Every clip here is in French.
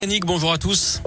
Yannick, bonjour à tous.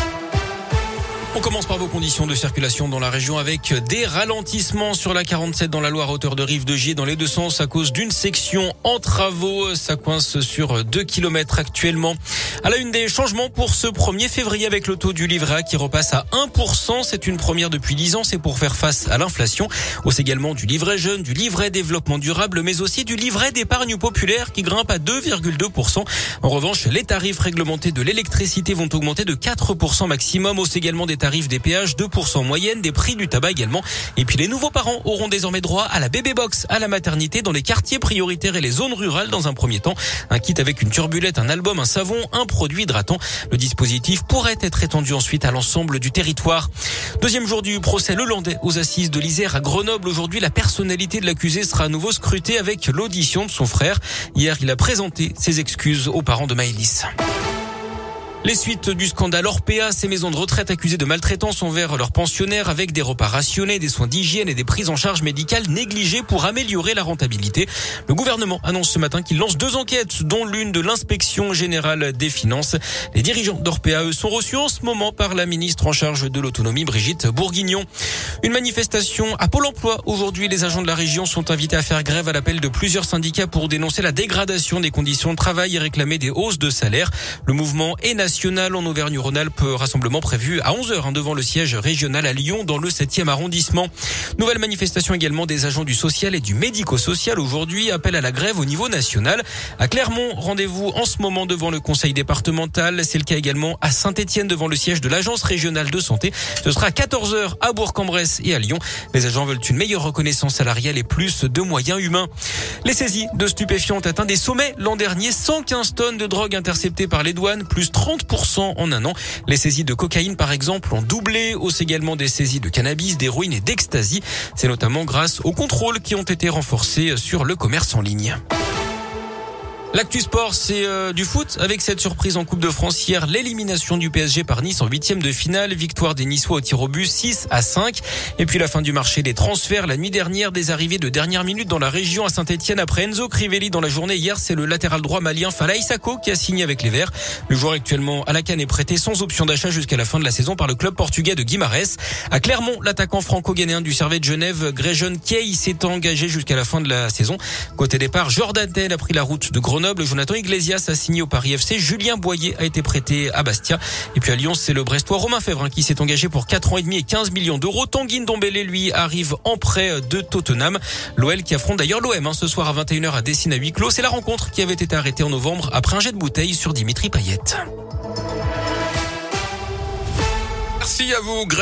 On commence par vos conditions de circulation dans la région avec des ralentissements sur la 47 dans la Loire, hauteur de Rive de Gier dans les deux sens à cause d'une section en travaux. Ça coince sur 2 km actuellement. À la une des changements pour ce 1er février avec le taux du livret A qui repasse à 1%. C'est une première depuis 10 ans. C'est pour faire face à l'inflation. Hausse également du livret jeune, du livret développement durable, mais aussi du livret d'épargne populaire qui grimpe à 2,2%. En revanche, les tarifs réglementés de l'électricité vont augmenter de 4% maximum. Hausse également des tarifs des péages, 2% en moyenne, des prix du tabac également. Et puis les nouveaux parents auront désormais droit à la bébé box à la maternité dans les quartiers prioritaires et les zones rurales dans un premier temps. Un kit avec une turbulette, un album, un savon, un produit hydratant. Le dispositif pourrait être étendu ensuite à l'ensemble du territoire. Deuxième jour du procès Lelandais aux assises de l'Isère à Grenoble. Aujourd'hui, la personnalité de l'accusé sera à nouveau scrutée avec l'audition de son frère. Hier, il a présenté ses excuses aux parents de Maëlys. Les suites du scandale Orpea, ces maisons de retraite accusées de maltraitance envers leurs pensionnaires avec des repas rationnés, des soins d'hygiène et des prises en charge médicales négligées pour améliorer la rentabilité. Le gouvernement annonce ce matin qu'il lance 2 enquêtes, dont l'une de l'inspection générale des finances. Les dirigeants d'Orpea, eux, sont reçus en ce moment par la ministre en charge de l'autonomie, Brigitte Bourguignon. Une manifestation à Pôle emploi. Aujourd'hui, les agents de la région sont invités à faire grève à l'appel de plusieurs syndicats pour dénoncer la dégradation des conditions de travail et réclamer des hausses de salaire. Le mouvement est national en Auvergne-Rhône-Alpes, rassemblement prévu à 11h devant le siège régional à Lyon dans le 7e arrondissement. Nouvelle manifestation également des agents du social et du médico-social aujourd'hui, appel à la grève au niveau national. À Clermont, rendez-vous en ce moment devant le conseil départemental. C'est le cas également à Saint-Étienne devant le siège de l'agence régionale de santé. Ce sera à 14h à Bourg-en-Bresse et à Lyon. Les agents veulent une meilleure reconnaissance salariale et plus de moyens humains. Les saisies de stupéfiants ont atteint des sommets l'an dernier. 115 tonnes de drogue interceptées par les douanes, plus 30% en un an. Les saisies de cocaïne, par exemple, ont doublé. Hausse également des saisies de cannabis, d'héroïne et d'ecstasy. C'est notamment grâce aux contrôles qui ont été renforcés sur le commerce en ligne. L'actu sport, c'est du foot avec cette surprise en Coupe de France hier, l'élimination du PSG par Nice en 8e de finale, victoire des Niçois au tir au but 6-5. Et puis la fin du marché des transferts la nuit dernière, des arrivées de dernière minute dans la région à Saint-Etienne après Enzo Crivelli dans la journée hier, c'est le latéral droit malien Falaye Sako qui a signé avec les Verts. Le joueur actuellement à la CAN est prêté sans option d'achat jusqu'à la fin de la saison par le club portugais de Guimarães. À Clermont, l'attaquant franco-ghanéen du Servette Genève, Grayson Key, s'est engagé jusqu'à la fin de la saison. Côté départ, Jordan Tell a pris la route de Grenoble. Jonathan Iglesias a signé au Paris FC. Julien Boyer a été prêté à Bastia. Et puis à Lyon, c'est le Brestois Romain Fèvre qui s'est engagé pour 4 ans et demi et 15 millions d'euros. Tanguy Ndombele, lui, arrive en prêt de Tottenham. L'OL qui affronte d'ailleurs l'OM ce soir à 21h à Dessine à huis clos. C'est la rencontre qui avait été arrêtée en novembre après un jet de bouteille sur Dimitri Payet. Merci à vous.